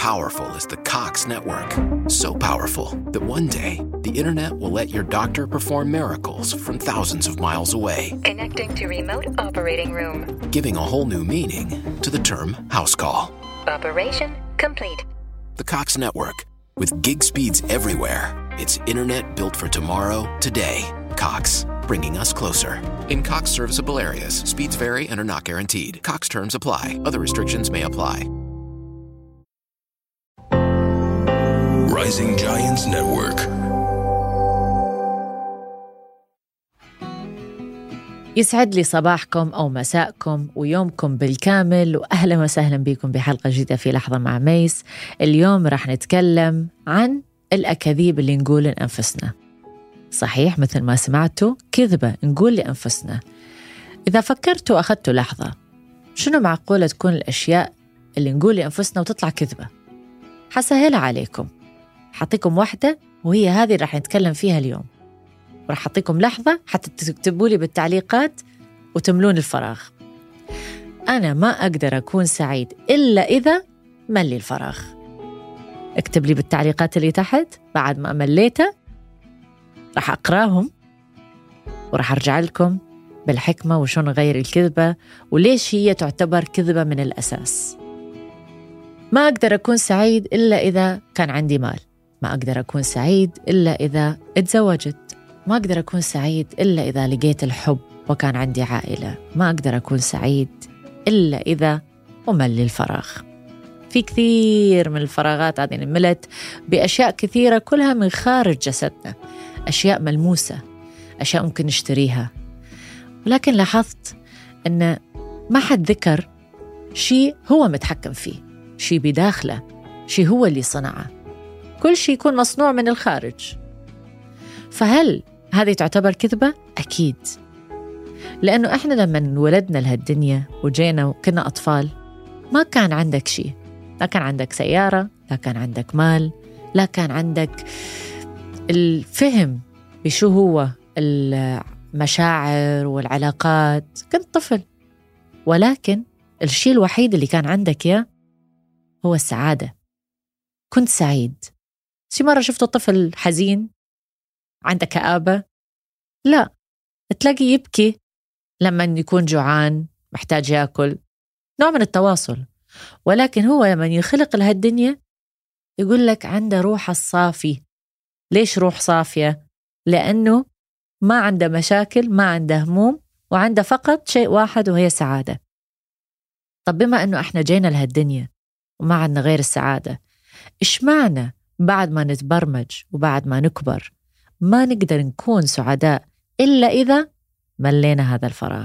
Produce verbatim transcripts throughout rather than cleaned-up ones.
powerful is the Cox Network. So powerful that one day, the internet will let your doctor perform miracles from thousands of miles away. Connecting to remote operating room. Giving a whole new meaning to the term house call. Operation complete. The Cox Network. With gig speeds everywhere. It's internet built for tomorrow, today. Cox, bringing us closer. In Cox serviceable areas, speeds vary and are not guaranteed. Cox terms apply. Other restrictions may apply. Rising Giants Network. يسعد لي صباحكم أو مساءكم ويومكم بالكامل، وأهلا وسهلا بكم بحلقة جديدة في لحظة مع ميس. اليوم راح نتكلم عن الأكاذيب اللي نقول لأنفسنا. صحيح مثل ما سمعتوا، كذبة نقول لأنفسنا. إذا فكرتوا أخذتوا لحظة، شنو معقولة تكون الأشياء اللي نقول لأنفسنا وتطلع كذبة؟ حسهلها عليكم، حطيكم واحدة وهي هذه راح نتكلم فيها اليوم، وراح أعطيكم لحظة حتى تكتبوا لي بالتعليقات وتملون الفراغ. أنا ما أقدر أكون سعيد إلا إذا ملي الفراغ. اكتب لي بالتعليقات اللي تحت بعد ما مليته، راح أقراهم وراح أرجع لكم بالحكمة وشون غير الكذبة وليش هي تعتبر كذبة من الأساس. ما أقدر أكون سعيد إلا إذا كان عندي مال. ما أقدر أكون سعيد إلا إذا اتزوجت. ما أقدر أكون سعيد إلا إذا لقيت الحب وكان عندي عائلة. ما أقدر أكون سعيد إلا إذا أملي الفراغ. في كثير من الفراغات هذه ملت بأشياء كثيرة كلها من خارج جسدنا، أشياء ملموسة، أشياء ممكن نشتريها. ولكن لاحظت أن ما حد ذكر شيء هو متحكم فيه، شيء بداخله، شيء هو اللي صنعه. كل شيء يكون مصنوع من الخارج. فهل هذه تعتبر كذبة؟ أكيد. لأنه إحنا لما انولدنا لهالدنيا وجينا وكنا أطفال، ما كان عندك شيء. لا كان عندك سيارة، لا كان عندك مال، لا كان عندك الفهم بشو هو المشاعر والعلاقات. كنت طفل، ولكن الشيء الوحيد اللي كان عندك يا هو السعادة. كنت سعيد. شي مرة شفت طفل حزين عنده كآبة؟ لا، تلاقي يبكي لما يكون جوعان محتاج يأكل، نوع من التواصل. ولكن هو لما يخلق لهالدنيا يقول لك عنده روح الصافي. ليش روح صافية؟ لأنه ما عنده مشاكل، ما عنده هموم، وعنده فقط شيء واحد وهي سعادة. طب بما أنه إحنا جينا لهالدنيا وما عندنا غير السعادة، إيش معنى بعد ما نتبرمج وبعد ما نكبر ما نقدر نكون سعداء إلا إذا ملينا هذا الفراغ؟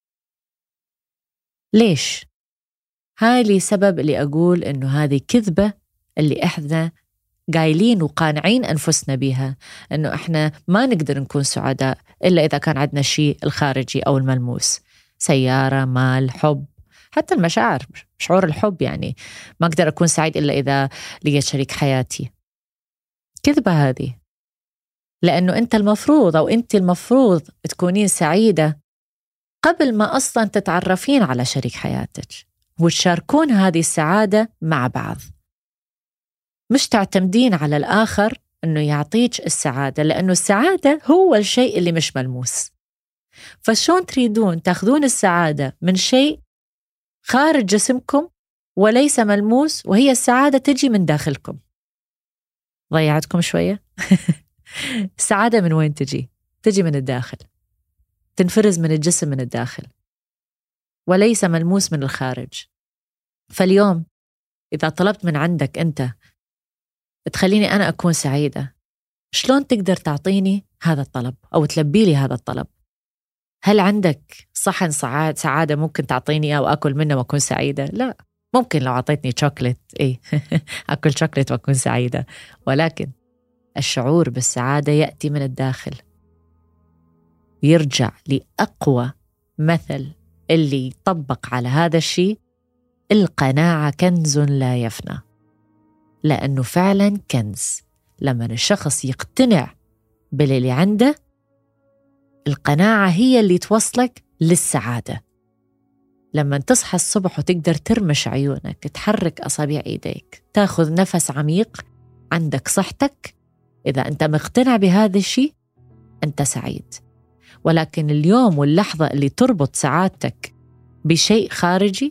ليش؟ هاي لي سبب اللي أقول إنه هذه كذبة اللي إحنا قايلين وقانعين أنفسنا بيها، إنه إحنا ما نقدر نكون سعداء إلا إذا كان عندنا شيء الخارجي أو الملموس، سيارة، مال، حب، حتى المشاعر، شعور الحب. يعني ما أقدر أكون سعيد إلا إذا لقيت شريك حياتي. كذبة هذه، لأنه أنت المفروض أو أنت المفروض تكونين سعيدة قبل ما أصلا تتعرفين على شريك حياتك وتشاركون هذه السعادة مع بعض، مش تعتمدين على الآخر أنه يعطيك السعادة، لأنه السعادة هو الشيء اللي مش ملموس. فشون تريدون تأخذون السعادة من شيء خارج جسمكم وليس ملموس، وهي السعادة تجي من داخلكم؟ ضيعتكم شوية. السعادة من وين تجي؟ تجي من الداخل، تنفرز من الجسم من الداخل، وليس ملموس من الخارج. فاليوم إذا طلبت من عندك أنت تخليني أنا أكون سعيدة، شلون تقدر تعطيني هذا الطلب أو تلبي لي هذا الطلب؟ هل عندك صحن سعادة ممكن تعطيني أو أكل منه وأكون سعيدة؟ لا. ممكن لو عطيتني شوكولات إيه أكل شوكولات وأكون سعيدة، ولكن الشعور بالسعادة يأتي من الداخل. يرجع لأقوى مثل اللي يطبق على هذا الشيء: القناعة كنز لا يفنى. لأنه فعلا كنز. لما الشخص يقتنع باللي عنده، القناعة هي اللي توصلك للسعادة. لما تصحى الصبح وتقدر ترمش عيونك، تحرك أصابع إيديك، تاخذ نفس عميق، عندك صحتك، إذا أنت مقتنع بهذا الشيء أنت سعيد. ولكن اليوم واللحظة اللي تربط سعادتك بشيء خارجي،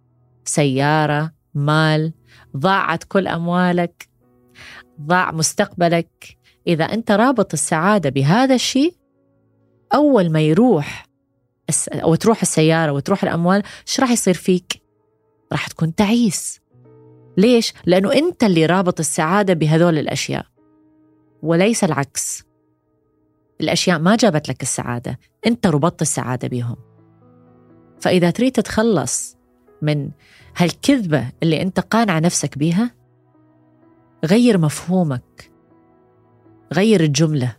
سيارة، مال، ضاعت كل أموالك، ضاع مستقبلك، إذا أنت رابط السعادة بهذا الشيء، أول ما يروح أو تروح السيارة وتروح الأموال، إيش راح يصير فيك؟ راح تكون تعيس. ليش؟ لأنه أنت اللي رابط السعادة بهذول الأشياء وليس العكس. الأشياء ما جابت لك السعادة، أنت ربطت السعادة بهم. فإذا تريد تتخلص من هالكذبة اللي أنت قانع نفسك بيها، غير مفهومك، غير الجملة،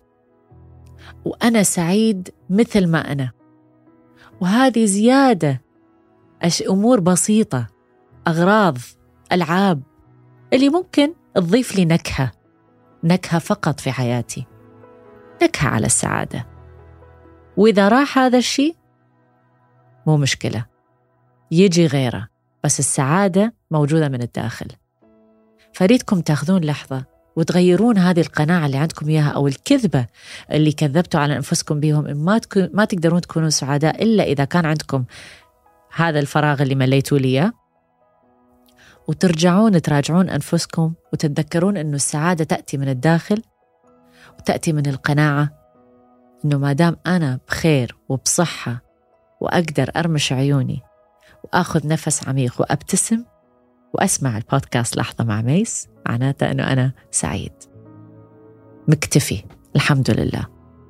وأنا سعيد مثل ما أنا. وهذه زيادة أش أمور بسيطة، أغراض، ألعاب اللي ممكن تضيف لي نكهة، نكهة فقط في حياتي، نكهة على السعادة. وإذا راح هذا الشيء مو مشكلة، يجي غيره، بس السعادة موجودة من الداخل. فريدكم تاخذون لحظة وتغيرون هذه القناعة اللي عندكم إياها أو الكذبة اللي كذبتوا على أنفسكم بيهم، إن ما, تكون ما تقدرون تكونوا سعداء إلا إذا كان عندكم هذا الفراغ اللي مليتوا ليه، وترجعون تراجعون أنفسكم وتتذكرون أنه السعادة تأتي من الداخل، وتأتي من القناعة أنه ما دام أنا بخير وبصحة وأقدر أرمش عيوني وأخذ نفس عميق وأبتسم وأسمع البودكاست لحظة مع ميس، معناته أنه أنا سعيد مكتفي الحمد لله.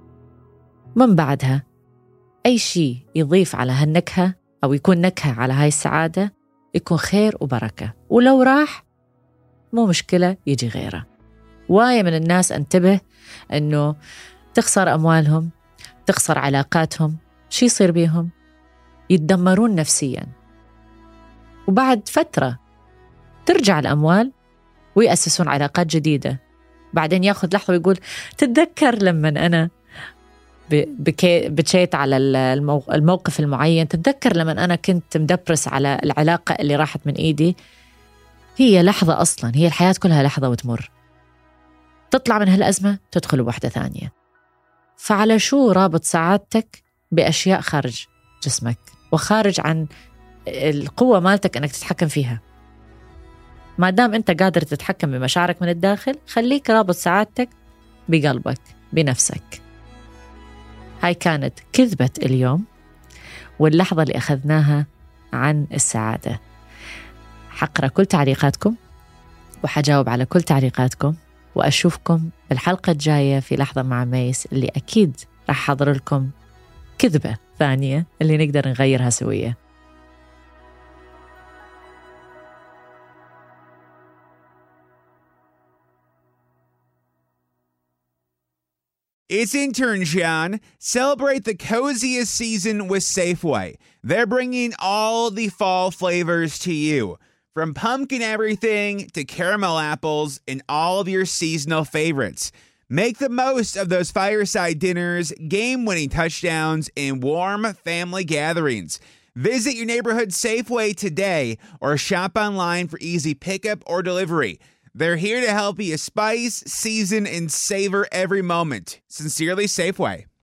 من بعدها أي شيء يضيف على هالنكهة أو يكون نكهة على هاي السعادة يكون خير وبركة، ولو راح مو مشكلة، يجي غيره. واية من الناس انتبه أنه تخسر أموالهم، تخسر علاقاتهم، شي يصير بيهم؟ يتدمرون نفسياً، وبعد فترة ترجع الأموال ويأسسون علاقات جديدة. بعدين ياخذ لحظة ويقول تتذكر لما أنا بكيت على الموقف المعين، تتذكر لما أنا كنت مدبرس على العلاقة اللي راحت من إيدي. هي لحظة أصلاً، هي الحياة كلها لحظة وتمر، تطلع من هالأزمة تدخل بواحدة ثانية. فعلى شو رابط سعادتك بأشياء خارج جسمك وخارج عن القوة مالتك أنك تتحكم فيها؟ ما دام أنت قادر تتحكم بمشاعرك من الداخل، خليك رابط سعادتك بقلبك، بنفسك. هاي كانت كذبة اليوم واللحظة اللي أخذناها عن السعادة. حقرأ كل تعليقاتكم وحجاوب على كل تعليقاتكم، وأشوفكم بالحلقة الجاية في لحظة مع ميس، اللي أكيد رح حضر لكم كذبة ثانية اللي نقدر نغيرها سوية. It's intern John. Celebrate the coziest season with Safeway. They're bringing all the fall flavors to you, from pumpkin everything to caramel apples and all of your seasonal favorites. Make the most of those fireside dinners, game-winning touchdowns, and warm family gatherings. Visit your neighborhood Safeway today or shop online for easy pickup or delivery. They're here to help you spice, season, and savor every moment. Sincerely, Safeway.